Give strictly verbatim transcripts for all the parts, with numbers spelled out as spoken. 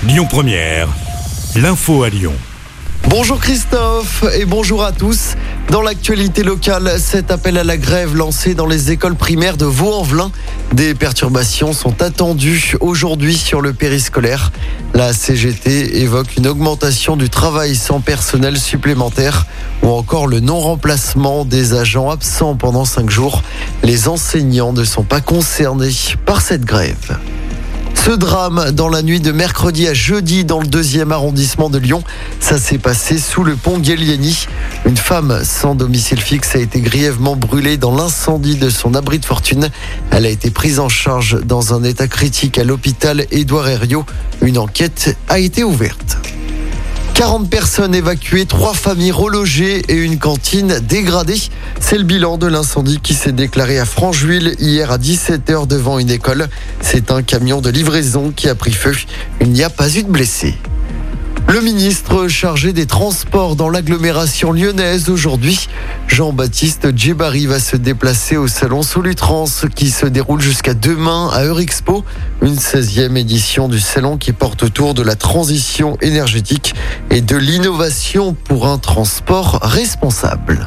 Lyon Première, l'info à Lyon. Bonjour Christophe et bonjour à tous. Dans l'actualité locale, cet appel à la grève lancé dans les écoles primaires de Vaux-en-Velin. Des perturbations sont attendues aujourd'hui sur le périscolaire. La C G T évoque une augmentation du travail sans personnel supplémentaire ou encore le non-remplacement des agents absents pendant cinq jours. Les enseignants ne sont pas concernés par cette grève. Ce drame dans la nuit de mercredi à jeudi dans le deuxième arrondissement de Lyon, ça s'est passé sous le pont Guellieni. Une femme sans domicile fixe a été grièvement brûlée dans l'incendie de son abri de fortune. Elle a été prise en charge dans un état critique à l'hôpital Édouard Herriot. Une enquête a été ouverte. quarante personnes évacuées, trois familles relogées et une cantine dégradée. C'est le bilan de l'incendie qui s'est déclaré à Francheville hier à dix-sept heures devant une école. C'est un camion de livraison qui a pris feu. Il n'y a pas eu de blessés. Le ministre chargé des Transports dans l'agglomération lyonnaise aujourd'hui, Jean-Baptiste Djebari, va se déplacer au salon Solutrans qui se déroule jusqu'à demain à Eurexpo, une seizième édition du salon qui porte autour de la transition énergétique et de l'innovation pour un transport responsable.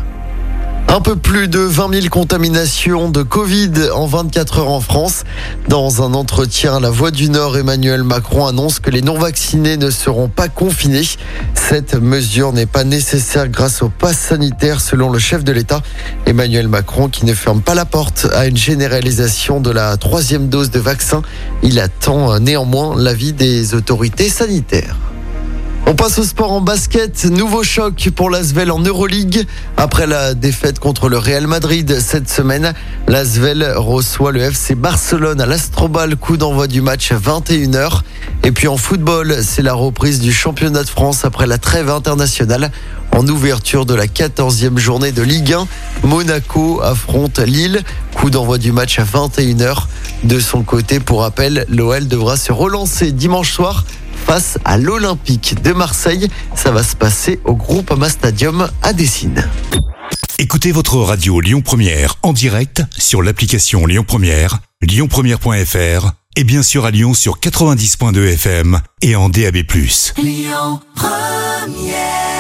Un peu plus de vingt mille contaminations de Covid en vingt-quatre heures en France. Dans un entretien à La Voix du Nord, Emmanuel Macron annonce que les non-vaccinés ne seront pas confinés. Cette mesure n'est pas nécessaire grâce au pass sanitaire selon le chef de l'État. Emmanuel Macron qui ne ferme pas la porte à une généralisation de la troisième dose de vaccin. Il attend néanmoins l'avis des autorités sanitaires. On passe au sport en basket. Nouveau choc pour l'Asvel en Euroleague. Après la défaite contre le Real Madrid cette semaine, l'Asvel reçoit le F C Barcelone à l'Astrobal. Coup d'envoi du match à vingt et une heures. Et puis en football, c'est la reprise du championnat de France après la trêve internationale. En ouverture de la quatorzième journée de Ligue un, Monaco affronte Lille. Coup d'envoi du match à vingt et une heures. De son côté, pour rappel, l'O L devra se relancer dimanche soir face à l'Olympique de Marseille. Ça va se passer au Groupama Stadium à Dessines. Écoutez votre radio Lyon Première en direct sur l'application Lyon Première, lyon première point f r et bien sûr à Lyon sur quatre-vingt-dix point deux F M et en D A B plus. Lyon Première.